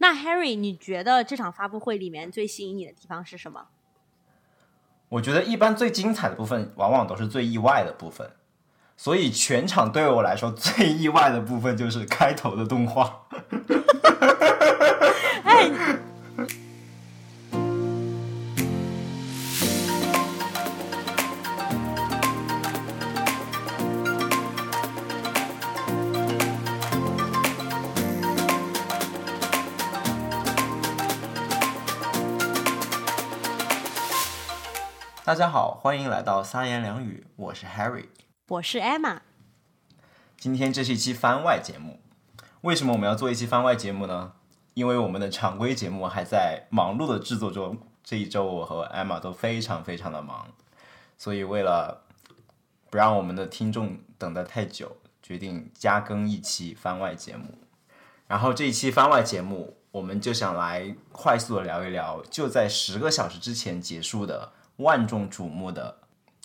那 Harry， 你觉得这场发布会里面最吸引你的地方是什么？ 我觉得一般最精彩的部分往往都是最意外的部分，所以全场对我来说最意外的部分就是开头的动画。 哎， 大家好，欢迎来到三言两语，我是 Harry， 我是 Emma。 今天这是一期番外节目。为什么我们要做一期番外节目呢？因为我们的常规节目还在忙碌的制作中，这一周我和 Emma 都非常的忙，所以为了不让我们的听众等得太久，决定加更一期番外节目。然后这一期番外节目我们就想来快速的聊一聊就在10个小时之前结束的万众瞩目的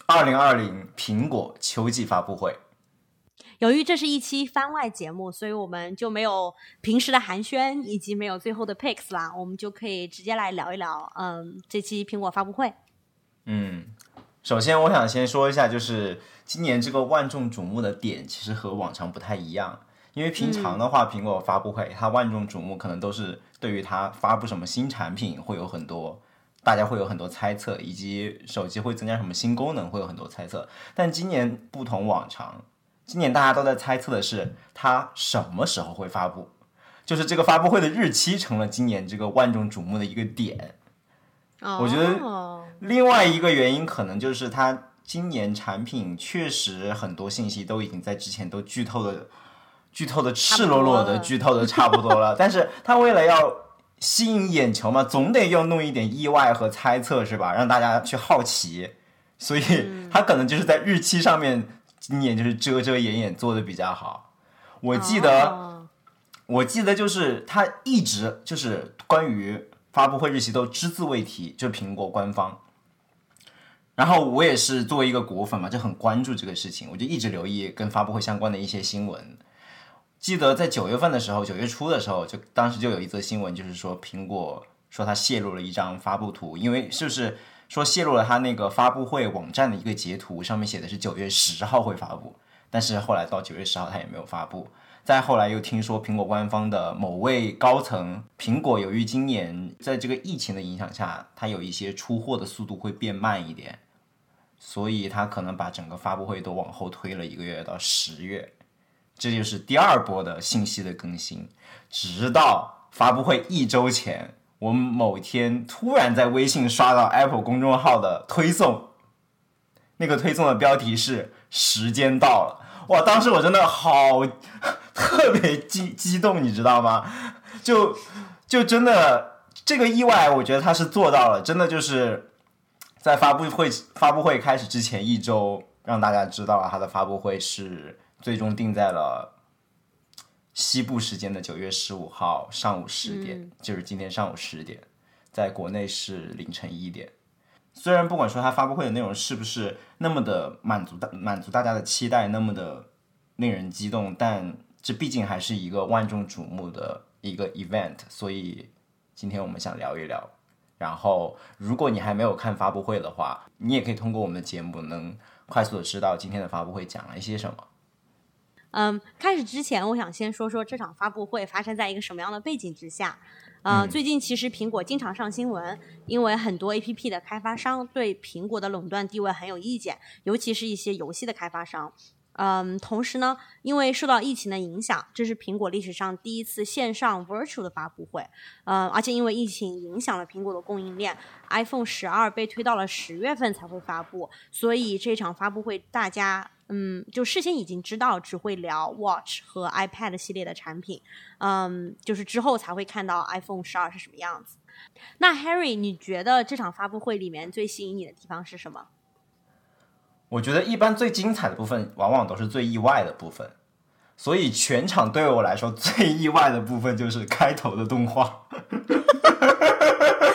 2020苹果秋季发布会。 由于这是一期番外节目，所以我们就没有平时的寒暄，以及没有最后的 picks 啦，我们就可以直接来聊一聊这期苹果发布会。 首先我想先说一下，就是今年这个万众瞩目的点其实和往常不太一样。因为平常的话，苹果发布会它万众瞩目可能都是对于它发布什么新产品会有很多，大家会有很多猜测，以及手机会增加什么新功能会有很多猜测。但今年不同往常，今年大家都在猜测的是它什么时候会发布，就是这个发布会的日期成了今年这个万众瞩目的一个点。我觉得另外一个原因可能就是它今年产品确实很多信息都已经在之前都剧透的赤裸裸的剧透的差不多了，但是他为了要吸引眼球嘛，总得要弄一点意外和猜测是吧，让大家去好奇，所以他可能就是在日期上面今年就是遮遮掩掩做的比较好。我记得就是他一直就是关于发布会日期都只字未提，就是苹果官方。然后我也是作为一个果粉嘛，就很关注这个事情，我就一直留意跟发布会相关的一些新闻。记得在9月份的时候，9月初的时候，当时就有一则新闻，就是说苹果说它泄露了一张发布图，因为就是说泄露了它那个发布会网站的一个截图，上面写的是9月10号会发布，但是后来到9月10号它也没有发布。再后来又听说苹果官方的某位高层，苹果由于今年在这个疫情的影响下，它有一些出货的速度会变慢一点，所以它可能把整个发布会都往后推了1个月到10月。这就是第二波的信息的更新，直到发布会1周前，我们某天突然在微信刷到 Apple 公众号的推送，那个推送的标题是时间到了。哇，当时我真的特别激动，你知道吗？就真的这个意外我觉得他是做到了，真的就是在发布会开始之前1周让大家知道了他的发布会是最终定在了西部时间的9月15号上午10点，就是今天上午10点，在国内是凌晨1点。虽然不管说他发布会的内容是不是那么的满足大家的期待，那么的令人激动，但这毕竟还是一个万众瞩目的一个 event， 所以今天我们想聊一聊。然后如果你还没有看发布会的话，你也可以通过我们的节目能快速的知道今天的发布会讲了一些什么。 开始之前我想先说说这场发布会发生在一个什么样的背景之下。最近其实苹果经常上新闻，因为很多 APP 的开发商对苹果的垄断地位很有意见，尤其是一些游戏的开发商。同时呢，因为受到疫情的影响，这是苹果历史上第一次线上 virtual 的发布会。而且因为疫情影响了苹果的供应链， iPhone 12被推到了10月份才会发布，所以这场发布会大家就事先已经知道只会聊 Watch 和 iPad 系列的产品，就是之后才会看到 iPhone 12是什么样子。那 Harry， 你觉得这场发布会里面最吸引你的地方是什么？ 我觉得一般最精彩的部分往往都是最意外的部分，所以全场对我来说最意外的部分就是开头的动画。 哎，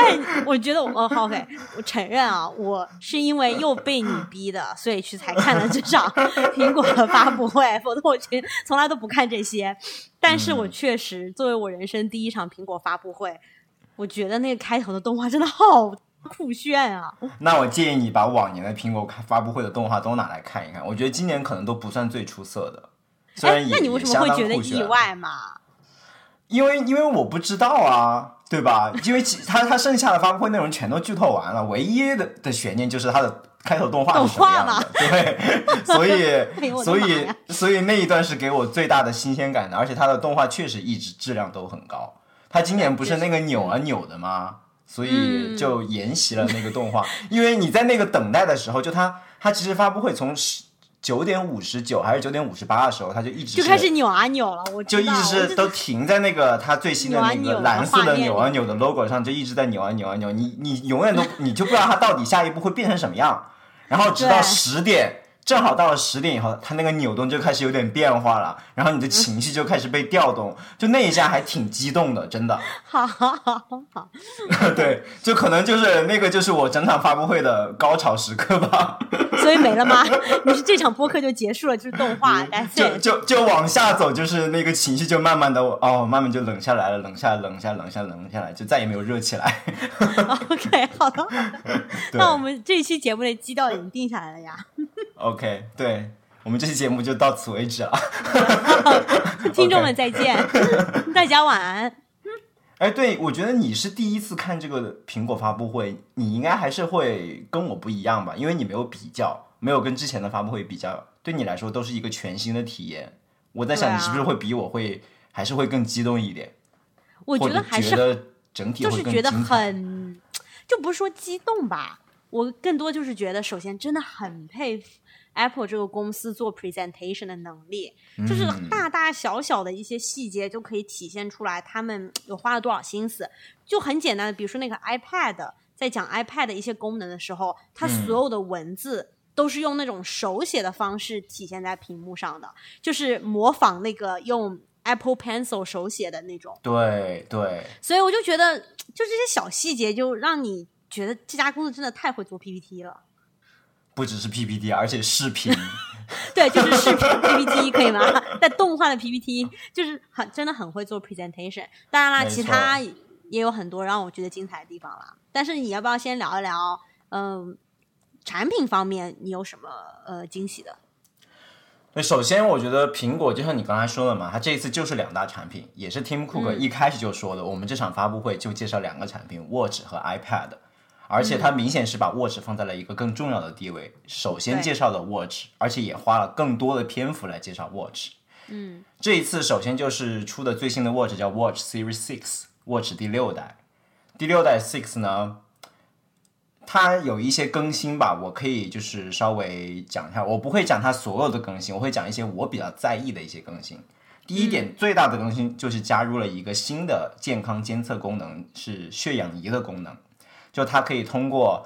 但我觉得好 OK， 我承认啊，我是因为又被你逼的，所以才看了这场苹果的发布会，否则我从来都不看这些。但是我确实作为我人生第一场苹果发布会，我觉得那个开头的动画真的好酷炫啊！ 那我建议你把往年的苹果发布会的动画都拿来看一看，我觉得今年可能都不算最出色的，虽然也那你为什么会觉得意外嘛？ 因为我不知道啊，对吧？因为他剩下的发布会内容全都剧透完了，唯一的悬念就是他的开头动画是什么样的，对，所以那一段是给我最大的新鲜感的，而且他的动画确实一直质量都很高。他今年不是那个扭啊扭的吗？所以就沿袭了那个动画，因为你在那个等待的时候，就他其实发布会从9:59还是9:58的时候，他就一直就开始扭啊扭了， 就一直是都停在那个他最新的那个蓝色的扭啊扭的 logo 上，就一直在扭啊扭啊扭，你永远都你就不知道他到底下一步会变成什么样，然后直到10点。正好到了10点以后，它那个扭动就开始有点变化了，然后你的情绪就开始被调动，就那一下还挺激动的，真的。 好， 对，就可能就是那个就是我整场发布会的高潮时刻吧。 所以没了吗？你是这场播客就结束了，就是动画， 就往下走，就是那个情绪就慢慢的慢慢就冷下来了，冷下来，就再也没有热起来。 OK， 好的。那我们这一期节目的基调已经定下来了呀。 OK， 对，我们这期节目就到此为止了。 听众们再见，大家晚安。 哎，对，我觉得你是第一次看这个苹果发布会，你应该还是会跟我不一样吧？因为你没有比较，没有跟之前的发布会比较，对你来说都是一个全新的体验。我在想，你是不是会比我还是会更激动一点？ 我觉得还是觉得整体会更精彩， 就是觉得就不是说激动吧，我更多就是觉得，首先真的很佩服Apple 这个公司做 presentation 的能力，就是大大小小的一些细节就可以体现出来他们有花了多少心思。就很简单的，比如说那个 iPad， 在讲 iPad 的一些功能的时候，它所有的文字都是用那种手写的方式体现在屏幕上的，就是模仿那个用 Apple Pencil 手写的那种。 对， 所以我就觉得，就这些小细节就让你觉得这家公司真的太会做 PPT 了。 不只是 PPT， 而且视频。 对，就是视频 PPT 可以吗？但动画的 PPT 就是真的很会做 presentation。当然啦，其他也有很多让我觉得精彩的地方啦。但是你要不要先聊一聊，产品方面你有什么惊喜的？ 首先我觉得苹果就像你刚才说的嘛，它这一次就是2大产品，也是 Tim Cook 一开始就说的，我们这场发布会就介绍2个产品 Watch 和 iPad， 而且它明显是把 Watch 放在了一个更重要的地位，首先介绍了 Watch， 而且也花了更多的篇幅来介绍 Watch。这一次首先就是出的最新的 Watch 叫 Watch Series 6， Watch 第6代。第6代 6呢，它有一些更新吧，我可以就是稍微讲一下，我不会讲它所有的更新，我会讲一些我比较在意的一些更新。第一点，最大的更新就是加入了一个新的健康监测功能，是血氧仪的功能，就它可以通过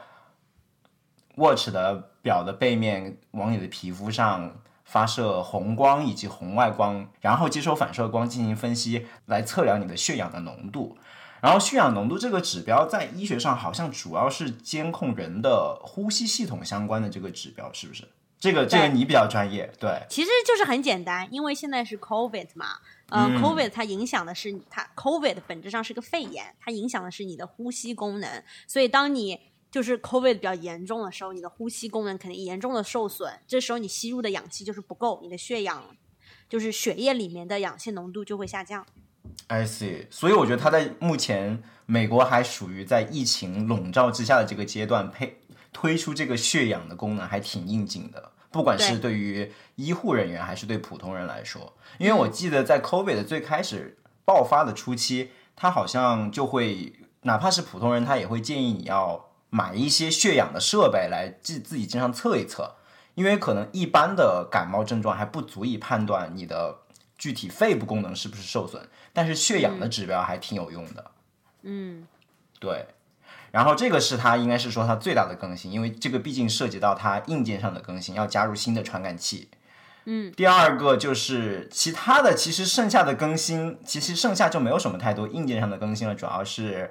Watch 的表的背面往你的皮肤上发射红光以及红外光，然后接收反射光进行分析，来测量你的血氧的浓度。然后血氧浓度这个指标在医学上好像主要是监控人的呼吸系统相关的这个指标，是不是？这个你比较专业。对， 其实就是很简单，因为现在是 COVID 嘛，COVID 它影响的是COVID 本质上是个肺炎，它影响的是你的呼吸功能，所以当你就是 COVID 比较严重的时候，你的呼吸功能肯定严重的受损，这时候你吸入的氧气就是不够，你的血氧就是血液里面的氧气浓度就会下降。 I see， 所以我觉得它在目前美国还属于在疫情笼罩之下的这个阶段，推出这个血氧的功能还挺应景的，不管是对于医护人员还是对普通人来说。因为我记得在 COVID 的最开始爆发的初期，它好像就会哪怕是普通人，他也会建议你要买一些血氧的设备来自己经常测一测，因为可能一般的感冒症状还不足以判断你的具体肺部功能是不是受损，但是血氧的指标还挺有用的。对。然后这个是它应该是说它最大的更新，因为这个毕竟涉及到它硬件上的更新，要加入新的传感器。第二个就是其他的，其实剩下的更新，其实剩下就没有什么太多硬件上的更新了，主要是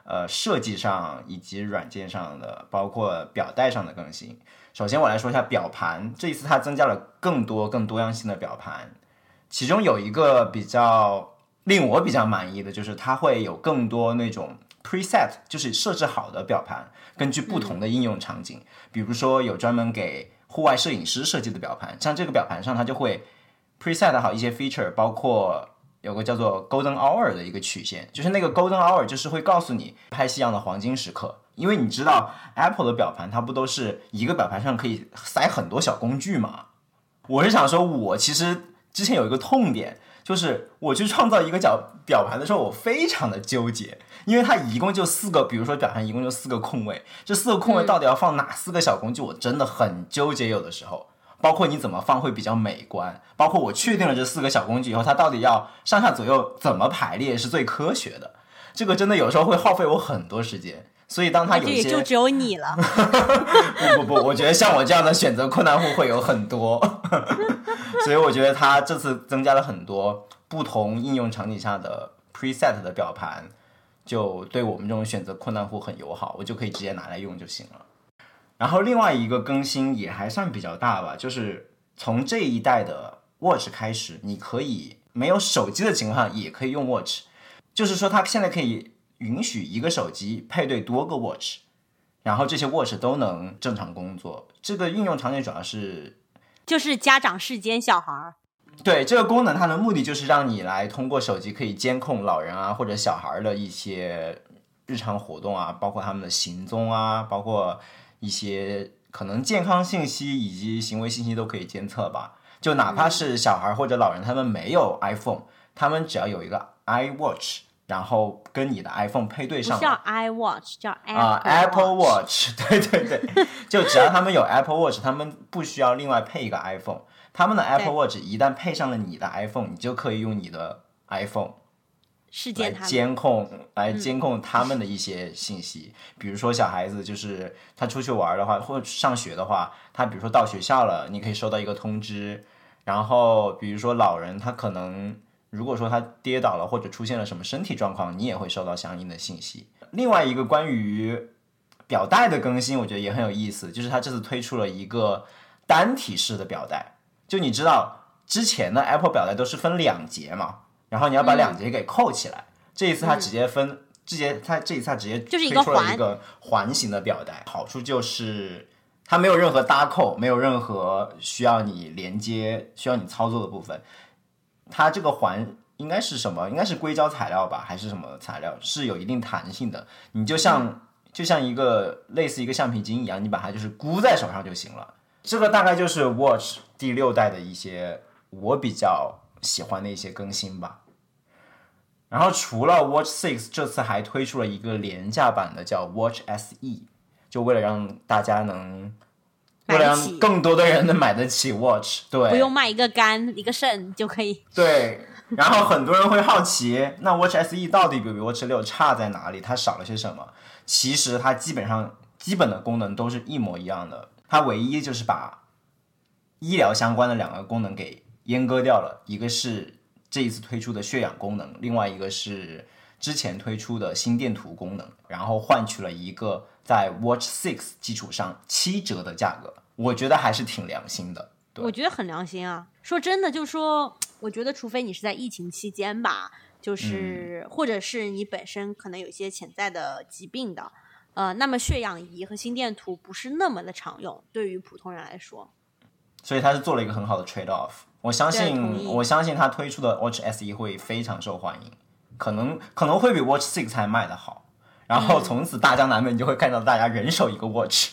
设计上以及软件上的，包括表带上的更新。首先我来说一下表盘，这一次它增加了更多样性的表盘，其中有一个令我比较满意的就是它会有更多那种 preset， 就是设置好的表盘，根据不同的应用场景，比如说有专门给户外摄影师设计的表盘，像这个表盘上它就会 preset 好一些 feature， 包括有个叫做 Golden Hour 的一个曲线，就是那个 Golden Hour 就是会告诉你拍夕阳的黄金时刻。因为你知道 Apple 的表盘它不都是一个表盘上可以塞很多小工具吗？我是想说，我其实之前有一个痛点，就是我去创造一个表盘的时候，我非常的纠结，因为它一共就4个，比如说表盘一共就4个空位，这4个空位到底要放哪4个小工具，我真的很纠结。有的时候包括你怎么放会比较美观，包括我确定了这4个小工具以后，它到底要上下左右怎么排列是最科学的，这个真的有时候会耗费我很多时间。所以当它有一些， 那就只有你了不，我觉得像我这样的选择困难户会有很多所以我觉得它这次增加了很多不同应用场景下的 preset 的表盘，就对我们这种选择困难户很友好，我就可以直接拿来用就行了。然后另外一个更新也还算比较大吧，就是从这一代的 Watch 开始，你可以没有手机的情况下也可以用 Watch， 就是说它现在可以允许一个手机配对多个 Watch， 然后这些 Watch 都能正常工作。这个应用场景主要是就是家长视监小孩。 对，这个功能它的目的就是让你来通过手机可以监控老人啊或者小孩的一些日常活动啊，包括他们的行踪啊，包括一些可能健康信息以及行为信息都可以监测吧。就哪怕是小孩或者老人他们没有 iPhone， 他们只要有一个 iWatch，然后跟你的 iPhone 配对上了， 不叫 iWatch， 叫 Apple Watch， 对，就只要他们有 Apple Watch， 他们不需要另外配一个 iPhone， 他们的 Apple Watch 一旦配上了你的 iPhone， 你就可以用你的 iPhone 来监控他们的一些信息。比如说小孩子就是他出去玩的话，或者上学的话，他比如说到学校了，你可以收到一个通知。然后比如说老人他可能如果说他跌倒了或者出现了什么身体状况，你也会收到相应的信息。另外一个关于表带的更新我觉得也很有意思，就是他这次推出了一个单体式的表带。就你知道之前的 Apple 表带都是分2节嘛，然后你要把2节给扣起来，这一次它直接它这一次它直接推出了一个环形的表带。好处就是它没有任何搭扣，没有任何需要你连接需要你操作的部分。它这个环应该是什么？应该是硅胶材料吧，还是什么材料？是有一定弹性的。你就像一个类似一个橡皮筋一样，你把它就是箍在手上就行了。这个大概就是 Watch 第6代的一些我比较喜欢的一些更新吧。然后除了 Watch 6， 这次还推出了一个廉价版的叫 Watch SE， 就为了让大家为了让更多的人能买得起 Watch， 对， 不用卖一个肝一个肾就可以。 对，然后很多人会好奇，那 Watch SE 到底比 Watch 6差在哪里？它少了些什么？其实它基本的功能都是一模一样的，它唯一就是把医疗相关的2个功能给阉割掉了，一个是这一次推出的血氧功能，另外一个是之前推出的心电图功能，然后换取了一个在 Watch 6基础上7折的价格，我觉得还是挺良心的。 我觉得很良心啊。说真的，就说我觉得除非你是在疫情期间吧，就是或者是你本身可能有一些潜在的疾病的，那么血氧仪和心电图不是那么的常用，对于普通人来说。 所以他是做了一个很好的 trade off。我相信他推出的 Watch SE 会非常受欢迎，可能会比 Watch 6还卖得好。然后从此大江南北你就会看到大家人手一个 Watch。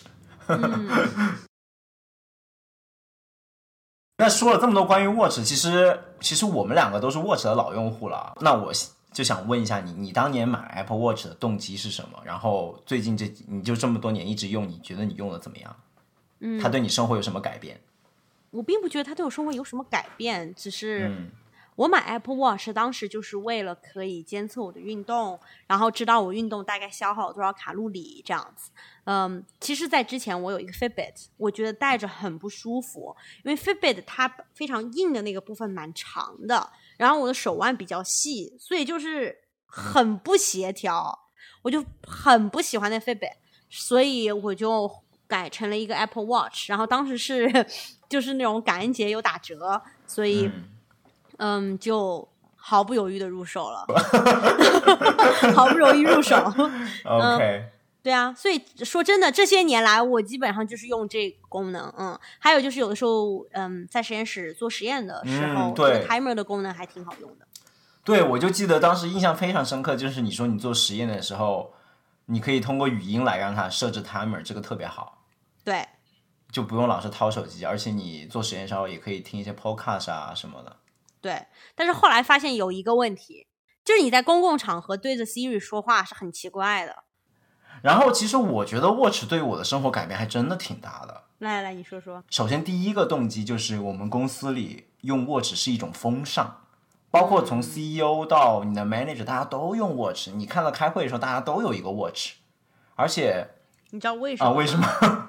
那说了这么多关于 Watch， 其实我们2个都是 Watch 的老用户了。那我就想问一下你当年买 Apple Watch 的动机是什么？然后最近你就这么多年一直用，你觉得你用的怎么样？它对你生活有什么改变？ 我并不觉得它对我生活有什么改变，只是我买 Apple Watch 当时就是为了可以监测我的运动，然后知道我运动大概消耗多少卡路里这样子。其实在之前我有一个 Fitbit， 我觉得戴着很不舒服，因为 Fitbit 它非常硬的那个部分蛮长的，然后我的手腕比较细，所以就是很不协调。 我就很不喜欢那 Fitbit， 所以我就改成了一个 Apple Watch， 然后当时是就是那种感恩节有打折，所以就毫不犹豫的入手了毫不犹豫入手 OK， 对啊，所以说真的，这些年来我基本上就是用这个功能，还有就是有的时候，在实验室做实验的时候，这个 timer 的功能还挺好用的。 对，我就记得当时印象非常深刻，就是你说你做实验的时候，你可以通过语音来让它设置 timer， 这个特别好。 对， 就不用老是掏手机，而且你做实验的时候也可以听一些 podcast 啊什么的。 对，但是后来发现有一个问题，就是你在公共场合对着 Siri 说话是很奇怪的。 然后其实我觉得 Watch 对我的生活改变还真的挺大的。 来，你说说。 首先第一个动机就是我们公司里用 Watch 是一种风尚，包括从 CEO 到你的 manager， 大家都用 Watch。你看到开会的时候，大家都有一个 Watch， 而且你知道为什么吗？ 为什么？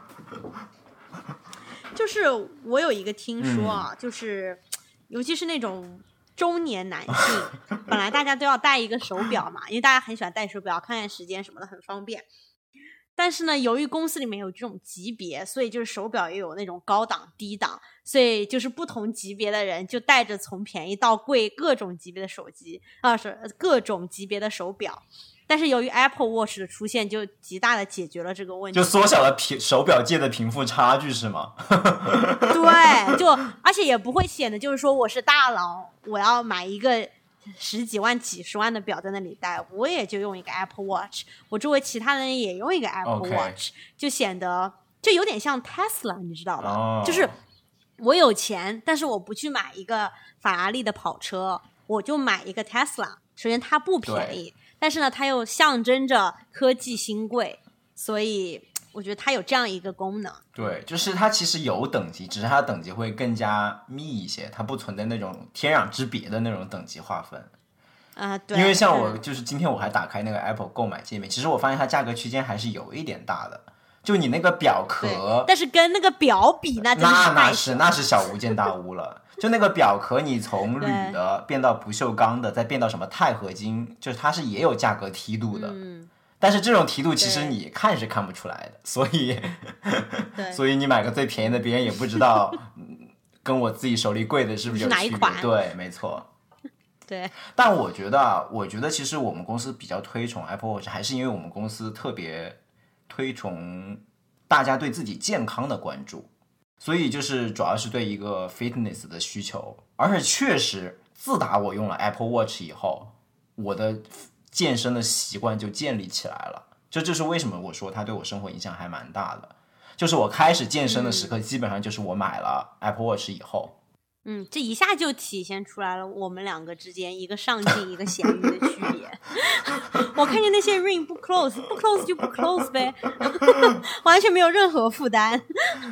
就是我有一个听说就是尤其是那种中年男性本来大家都要带一个手表嘛，因为大家很喜欢带手表看看时间什么的，很方便。但是呢，由于公司里面有这种级别，所以就是手表也有那种高档低档，所以就是不同级别的人就带着从便宜到贵各种级别的手机是各种级别的手表。但是由于 Apple Watch 的出现，就极大的解决了这个问题， 就缩小了手表界的贫富差距是吗？ 对，就而且也不会显得就是说我是大佬，我要买一个10几万几十万的表在那里戴，我也就用一个 Apple Watch， 我周围其他人也用一个 Apple Watch， 就显得就有点像 Tesla， 你知道吗？就是我有钱，但是我不去买一个法拉利的跑车，我就买一个 Tesla。首先它不便宜，但是呢它又象征着科技新贵，所以我觉得它有这样一个功能。 对，就是它其实有等级，只是它的等级会更加密一些，它不存在那种天壤之别的那种等级划分。 对， 因为像我就是今天我还打开那个 Apple 购买界面，其实我发现它价格区间还是有一点大的。就你那个表壳， 但是跟那个表比，那真是那是小巫见大巫了。就那个表壳，你从铝的变到不锈钢的，再变到什么钛合金，就是它是也有价格梯度的。但是这种梯度其实你看是看不出来的，所以你买个最便宜的，别人也不知道跟我自己手里贵的是不是有区别。 哪一款？ 对，没错。 对。 但我觉得其实我们公司比较推崇 Apple Watch， 还是因为我们公司特别推崇大家对自己健康的关注，所以就是主要是对一个 fitness 的需求。而且确实自打我用了 Apple Watch 以后，我的健身的习惯就建立起来了。这就是为什么我说它对我生活影响还蛮大的。就是我开始健身的时刻，基本上就是我买了 Apple Watch 以后。 这一下就体现出来了我们两个之间一个上进一个咸鱼的区别。我看见那些 ring 不 close 就不 close 呗完全没有任何负担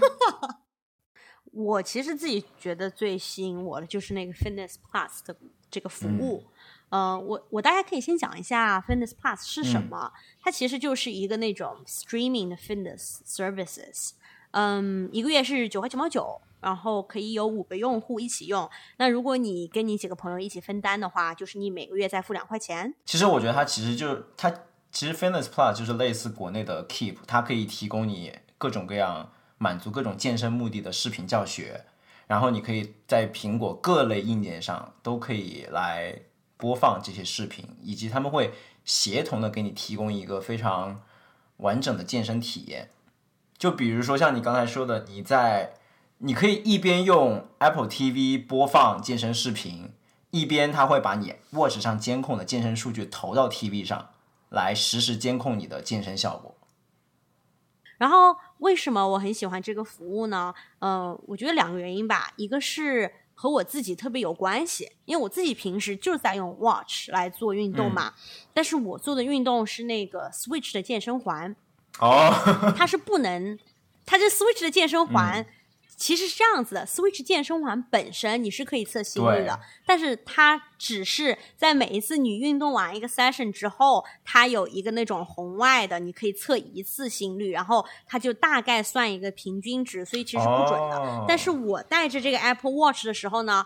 我其实自己觉得最吸引我的就是那个 Fitness Plus 的这个服务。我大概可以先讲一下 Fitness Plus 是什么。它其实就是一个那种 streaming 的 fitness services。一个月是9.99块，然后可以有5个用户一起用。那如果你跟你几个朋友一起分担的话，就是你每个月再付2块钱。 其实我觉得它其实 Fitness Plus 就是类似国内的 Keep， 它可以提供你各种各样满足各种健身目的的视频教学，然后你可以在苹果各类硬件上都可以来播放这些视频，以及他们会协同的给你提供一个非常完整的健身体验。就比如说像你刚才说的，你可以一边用 Apple TV 播放健身视频，一边它会把你 Watch 上监控的健身数据投到 TV 上来实时监控你的健身效果。 然后为什么我很喜欢这个服务呢？我觉得2个原因吧。一个是和我自己特别有关系，因为我自己平时就是在用 Watch 来做运动嘛。但是我做的运动是那个 Switch 的健身环。它是不能，它这 Switch 的健身环其实是这样子的。Switch 健身环本身你是可以测心率的，但是它只是在每一次你运动完一个 session 之后，它有一个那种红外的，你可以测一次心率，然后它就大概算一个平均值，所以其实不准的。但是我带着这个 Apple Watch 的时候呢，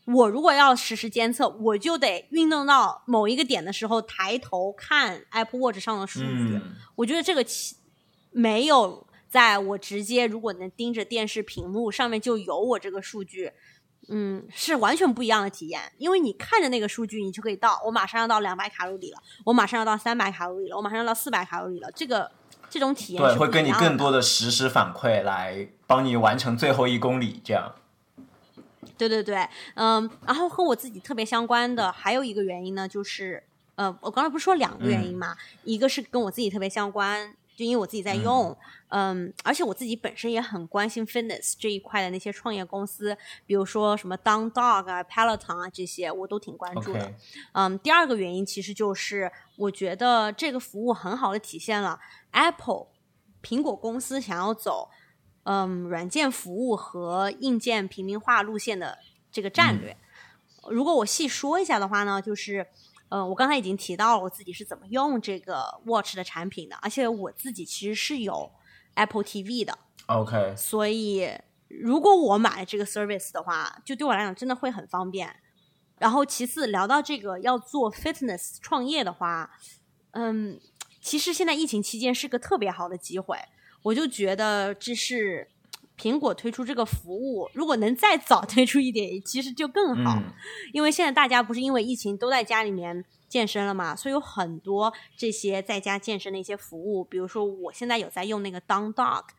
我如果要实时监测，我就得运动到某一个点的时候抬头看 Apple Watch 上的数据。我觉得这个没有在我直接如果能盯着电视屏幕上面就有我这个数据，是完全不一样的体验。因为你看着那个数据，你就可以到，我马上要到200卡路里了，我马上要到300卡路里了，我马上要到400卡路里了。这种体验是不一样的， 对，会给你更多的实时反馈来帮你完成最后1公里这样。 对对对，然后和我自己特别相关的还有一个原因呢，就是我刚才不是说2个原因嘛，一个是跟我自己特别相关，就因为我自己在用，而且我自己本身也很关心 fitness 这一块的那些创业公司，比如说什么 Down Dog 啊、Peloton 啊这些，我都挺关注的。第二个原因其实就是我觉得这个服务很好的体现了 Apple 苹果公司想要走软件服务和硬件平民化路线的这个战略。如果我细说一下的话呢，就是我刚才已经提到了我自己是怎么用这个 Watch 的产品的，而且我自己其实是有 Apple TV 的。 OK， 所以如果我买了这个 service 的话，就对我来讲真的会很方便。然后其次聊到这个要做 fitness 创业的话，其实现在疫情期间是个特别好的机会。我就觉得这是苹果推出这个服务，如果能再早推出一点其实就更好。因为现在大家不是因为疫情都在家里面健身了嘛，所以有很多这些在家健身的一些服务，比如说我现在有在用那个 Down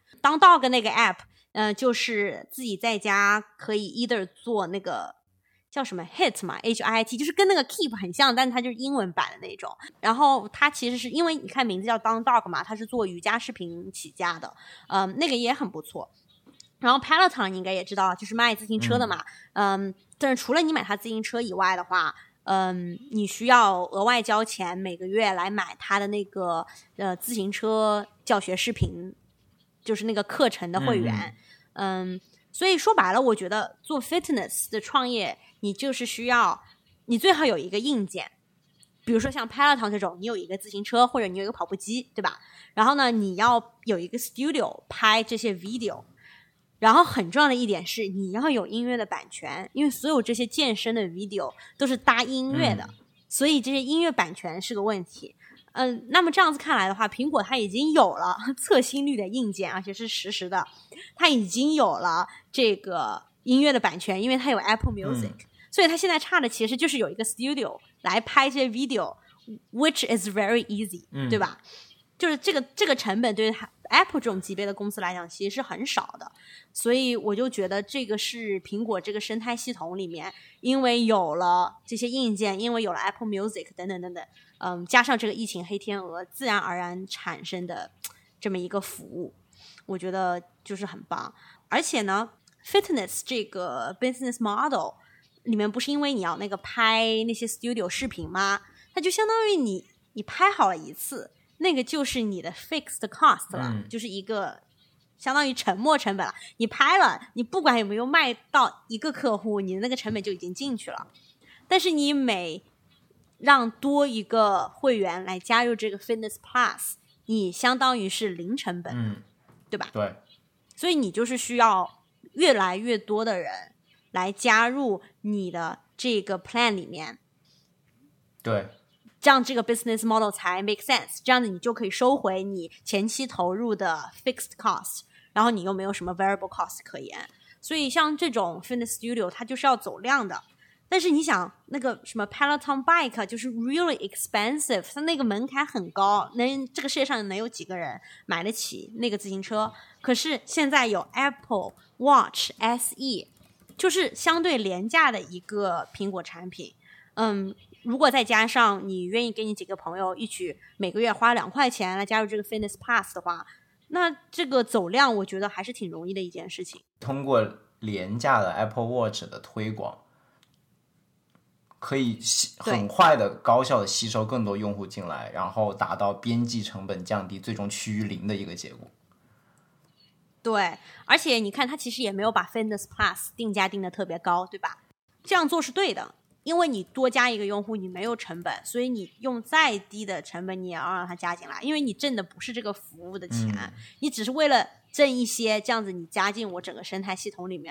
Dog 那个 app，就是自己在家可以 either 做那个叫什么 HIIT 嘛 HIIT， 就是跟那个 Keep 很像，但是它就是英文版的那种。然后它其实是因为你看名字叫 Down Dog 嘛，它是做瑜伽视频起家的，那个也很不错。然后 Peloton 你应该也知道，就是卖自行车的嘛，但是除了你买它自行车以外的话，你需要额外交钱每个月来买它的那个自行车教学视频，就是那个课程的会员。所以说白了，我觉得做 fitness 的创业，你就是需要，你最好有一个硬件，比如说像 Peloton 这种，你有一个自行车或者你有一个跑步机，对吧？然后呢，你要有一个 studio 拍这些 video， 然后很重要的一点是你要有音乐的版权，因为所有这些健身的 video 都是搭音乐的，所以这些音乐版权是个问题。那么这样子看来的话，苹果它已经有了测心率的硬件，而且是实时的，它已经有了这个音乐的版权，因为它有 Apple Music，所以它现在差的其实就是有一个 studio 来拍这些 video，which is very easy，对吧？就是这个成本对于 Apple 这种级别的公司来讲其实是很少的，所以我就觉得这个是苹果这个生态系统里面，因为有了这些硬件，因为有了 Apple Music 等等等等，加上这个疫情黑天鹅，自然而然产生的这么一个服务，我觉得就是很棒。而且呢 fitness 这个 business model 里面不是因为你要那个拍那些 studio 视频吗？它就相当于你拍好了一次，那个就是你的 fixed cost 了，就是一个相当于沉没成本了。你拍了，你不管有没有卖到一个客户，你的那个成本就已经进去了。但是你每让多一个会员来加入这个 Fitness Plus， 你相当于是零成本，对吧？ 对。 所以你就是需要越来越多的人来加入你的这个 plan 里面。 对。 这样这个 business model 才 make sense， 这样子你就可以收回你前期投入的 fixed cost， 然后你又没有什么 variable cost 可言。所以像这种 fitness studio 它就是要走量的，但是你想那个什么 Peloton bike 就是 really expensive， 它那个门槛很高，这个世界上能有几个人买得起那个自行车？可是现在有 Apple Watch SE， 就是相对廉价的一个苹果产品。如果再加上你愿意跟你几个朋友一起每个月花2块钱来加入这个 Fitness Plus 的话，那这个走量我觉得还是挺容易的一件事情。 通过廉价的 Apple Watch 的推广，可以很快的高效的吸收更多用户进来，然后达到边际成本降低，最终趋于零的一个结果。 对，而且你看它其实也没有把 Fitness Plus 定价定得特别高，对吧？这样做是对的，因为你多加一个用户你没有成本，所以你用再低的成本你也要让它加进来，因为你挣的不是这个服务的钱，你只是为了挣一些，这样子你加进我整个生态系统里面，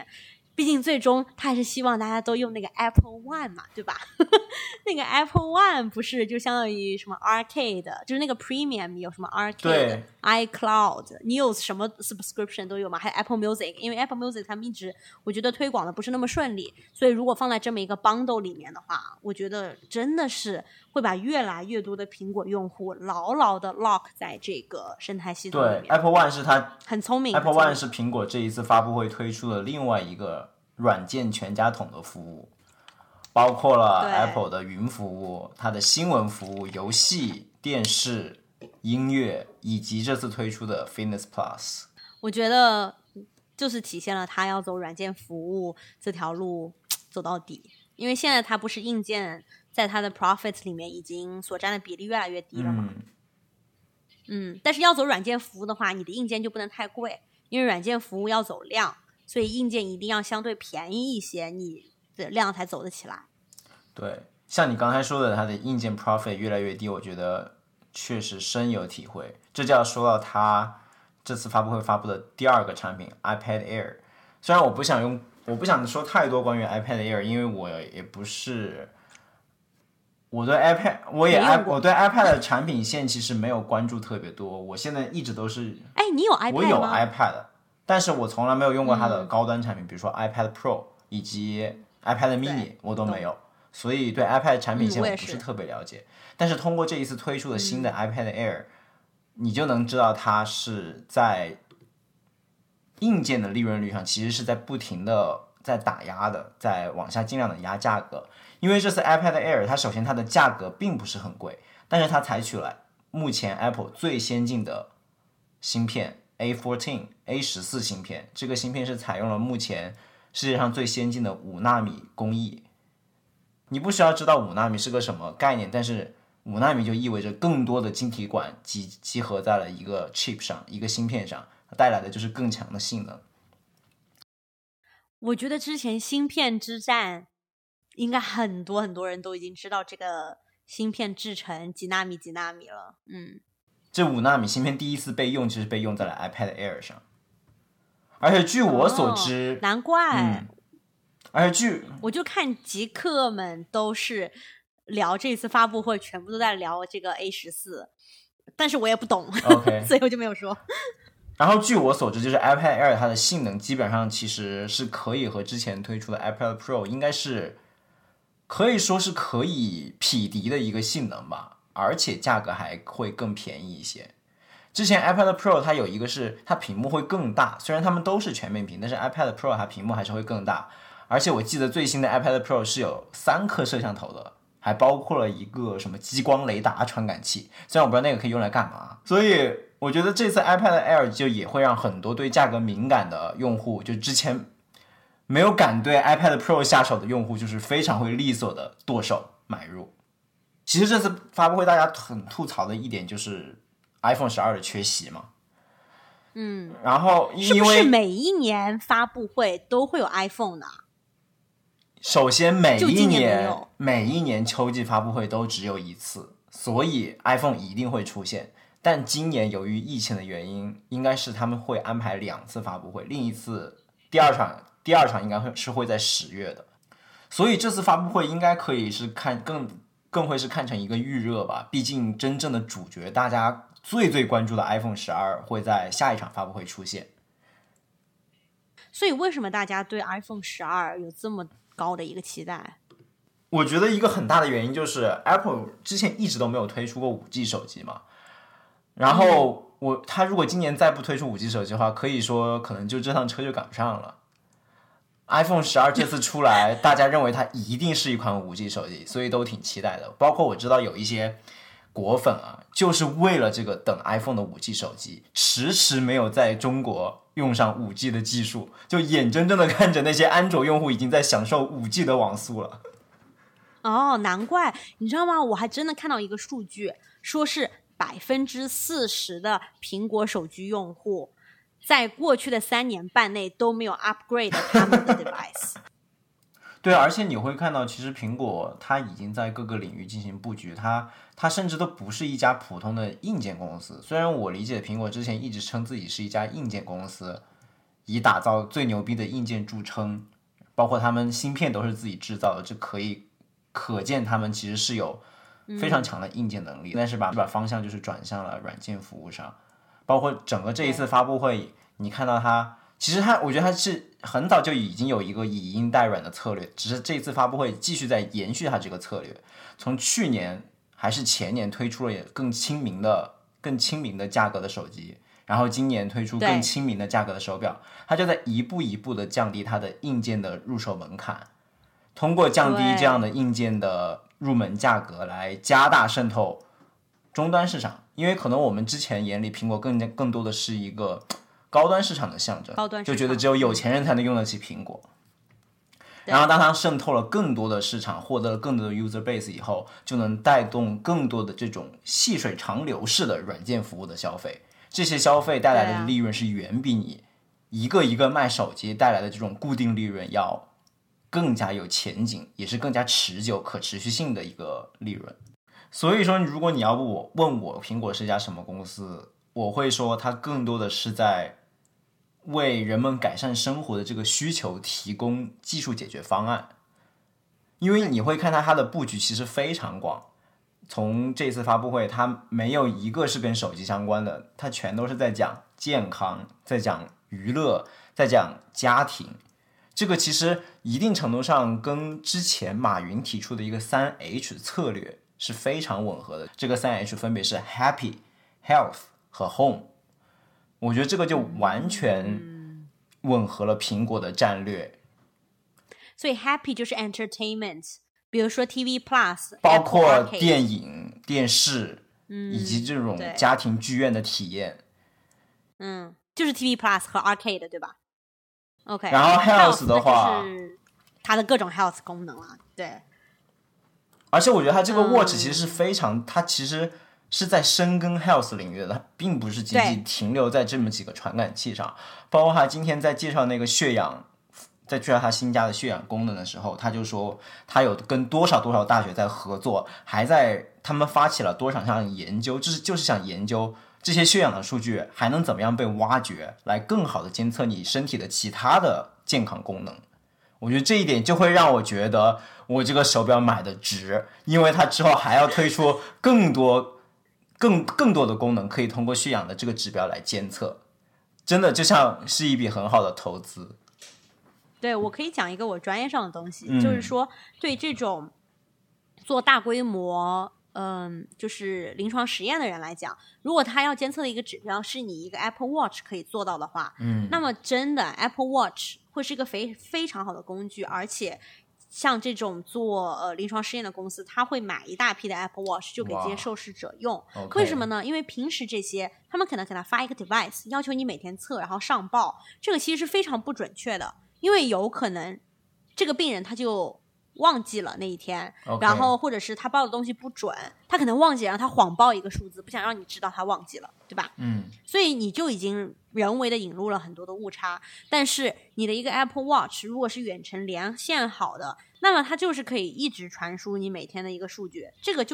毕竟最终他还是希望大家都用那个 Apple One 嘛，对吧？那个 Apple One 不是就相当于什么 Arcade， 就是那个 Premium 有什么 Arcade、iCloud， 你有什么 subscription 都有嘛？还有 Apple Music， 因为 Apple Music 他们一直我觉得推广的不是那么顺利，所以如果放在这么一个 bundle 里面的话，我觉得真的是会把越来越多的苹果用户牢牢的 lock 在这个生态系统里面。 对 ，Apple One 是它很聪明 ，Apple One 是苹果这一次发布会推出的另外一个软件全家桶的服务，包括了 Apple 的云服务、它的新闻服务、游戏、电视、音乐，以及这次推出的 Fitness Plus。 我觉得就是体现了它要走软件服务这条路走到底，因为现在它不是硬件在它的 profit 里面已经所占的比例越来越低了嘛。但是要走软件服务的话，你的硬件就不能太贵，因为软件服务要走量，所以硬件一定要相对便宜一些，你的量才走得起来。 对，像你刚才说的，它的硬件 profit 越来越低，我觉得确实深有体会。这就要说到它这次发布会发布的第二个产品 iPad Air。虽然我不想说太多关于 iPad Air， 因为我也不是。我对 iPad 的产品线其实没有关注特别多，我现在一直都是， 你有 iPad 吗？ 我有 iPad， 但是我从来没有用过它的高端产品，比如说 iPad Pro 以及 iPad mini 我都没有，所以对 iPad 产品线我不是特别了解。但是通过这一次推出的新的 iPad Air，你就能知道它是在硬件的利润率上其实是在不停的在打压的，在往下尽量的压价格。因为这次 iPad Air 它首先它的价格并不是很贵，但是它采取了目前 Apple 最先进的芯片 A14、A14 芯片，这个芯片是采用了目前世界上最先进的5纳米工艺。你不需要知道5纳米是个什么概念，但是5纳米就意味着更多的晶体管集合在了一个 chip 上，一个芯片上，带来的就是更强的性能。 我觉得之前芯片之战应该很多人都已经知道这个芯片制成几纳米了。 这5纳米芯片第一次被用就是被用在了 iPad Air 上，而且据我所知， 难怪。 而且我就看极客们都是聊这次发布会，全部都在聊这个 A14， 但是我也不懂 ，OK 所以我就没有说。 然后据我所知，就是 iPad Air 它的性能基本上其实是可以和之前推出的 iPad Pro 应该是可以说是可以匹敌的一个性能吧，而且价格还会更便宜一些。之前 iPad Pro 它有一个是它屏幕会更大，虽然它们都是全面屏，但是 iPad Pro 它屏幕还是会更大。而且我记得最新的 iPad Pro 是有3颗摄像头的，还包括了一个什么激光雷达传感器，虽然我不知道那个可以用来干嘛。所以我觉得这次 iPad Air 就也会让很多对价格敏感的用户，就之前没有敢对 iPad Pro 下手的用户，就是非常会利索的剁手买入。其实这次发布会大家很吐槽的一点就是 iPhone 12的缺席嘛。然后因为是不是每一年发布会都会有 iPhone 呢？ 首先每一年秋季发布会都只有一次，所以 iPhone 一定会出现。但今年由于疫情的原因，应该是他们会安排2次发布会，另一次第二场应该会在10月的。所以这次发布会应该可以是更会是看成一个预热吧，毕竟真正的主角大家最关注的 iPhone 12会在下一场发布会出现。 所以为什么大家对 iPhone 12有这么高的一个期待？ 我觉得一个很大的原因就是 Apple 之前一直都没有推出过 5G 手机嘛，然后它如果今年再不推出 5G 手机的话，可以说可能就这趟车就赶不上了。iPhone 12这次出来，大家认为它一定是一款 5G 手机，所以都挺期待的。包括我知道有一些果粉啊，就是为了这个等 iPhone 的 5G 手机，迟迟没有在中国用上 5G 的技术，就眼睁睁的看着那些安卓用户已经在享受 5G 的网速了。 难怪，你知道吗？我还真的看到一个数据，说是40%的苹果手机用户在过去的3年半内都没有 upgrade 他们的 device。 对，而且你会看到，其实苹果它已经在各个领域进行布局，它甚至都不是一家普通的硬件公司。虽然我理解苹果之前一直称自己是一家硬件公司，以打造最牛逼的硬件著称， 包括他们芯片都是自己制造的，这可见他们其实是有非常强的硬件能力，但是把方向就是转向了软件服务上。包括整个这一次发布会，你看到它，其实我觉得它是很早就已经有一个以硬带软的策略，只是这一次发布会继续在延续它这个策略。从去年还是前年推出了更亲民的价格的手机，然后今年推出更亲民的价格的手表，它就在一步一步的降低它的硬件的入手门槛，通过降低这样的硬件的入门价格来加大渗透终端市场。因为可能我们之前眼里苹果更多的是一个高端市场的象征，就觉得只有有钱人才能用得起苹果。然后当它渗透了更多的市场，获得了更多的 user base 以后，就能带动更多的这种细水长流式的软件服务的消费。这些消费带来的利润是远比你一个一个卖手机带来的这种固定利润要更加有前景，也是更加持久可持续性的一个利润。所以说如果你要问我苹果是一家什么公司，我会说它更多的是在为人们改善生活的这个需求提供技术解决方案。因为你会看它的布局其实非常广，从这次发布会它没有一个是跟手机相关的，它全都是在讲健康，在讲娱乐，在讲家庭。这个其实一定程度上跟之前马云提出的一个 3H 策略是非常吻合的。这个 3H 分别是 Happy、 Health 和 Home。 我觉得这个就完全吻合了苹果的战略。 所以 Happy 就是 Entertainment， 比如说 TV Plus， 包括电影、电视，以及这种家庭剧院的体验。 就是 TV Plus 和 Arcade， 对吧？ OK。 然后 Health 的话就是它的各种 Health 功能了。对， 而且我觉得它这个 Watch 其实是非常，它其实是在深耕 Health 领域的，它并不是仅仅停留在这么几个传感器上。包括他今天在介绍那个血氧，在介绍他新加的血氧功能的时候，他就说他有跟多少大学在合作，还在他们发起了多少项研究，就是想研究这些血氧的数据还能怎么样被挖掘，来更好的监测你身体的其他的健康功能。我觉得这一点就会让我觉得我这个手表买的值，因为它之后还要推出更多的功能，可以通过血氧的这个指标来监测，真的就像是一笔很好的投资。 对，我可以讲一个我专业上的东西，就是说对这种做大规模就是临床实验的人来讲，如果他要监测的一个指标是你一个 Apple Watch 可以做到的话，那么真的 Apple Watch 会是一个非常好的工具。而且像这种做临床试验的公司，他会买一大批的 Apple Watch 就给这些受试者用。为什么呢？因为平时这些他们可能给他发一个 device 要求你每天测然后上报，这个其实是非常不准确的，因为有可能这个病人他就忘记了那一天，然后或者是他报的东西不准，他可能忘记让他谎报一个数字，不想让你知道他忘记了，对吧？所以你就已经人为的引入了很多的误差。但是你的一个 Apple Watch 如果是远程连线好的，那么它就是可以一直传输你每天的一个数据，这个就是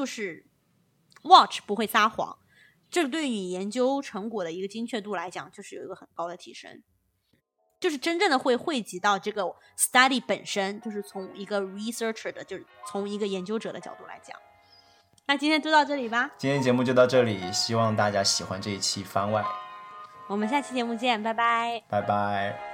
Watch 不会撒谎，这个对你研究成果的一个精确度来讲就是有一个很高的提升，就是真正的会汇集到这个 study 本身，就是从一个 researcher 的，就是从一个研究者的角度来讲。那今天就到这里吧， 今天节目就到这里，希望大家喜欢这一期番外， 我们下期节目见，拜拜， 拜拜。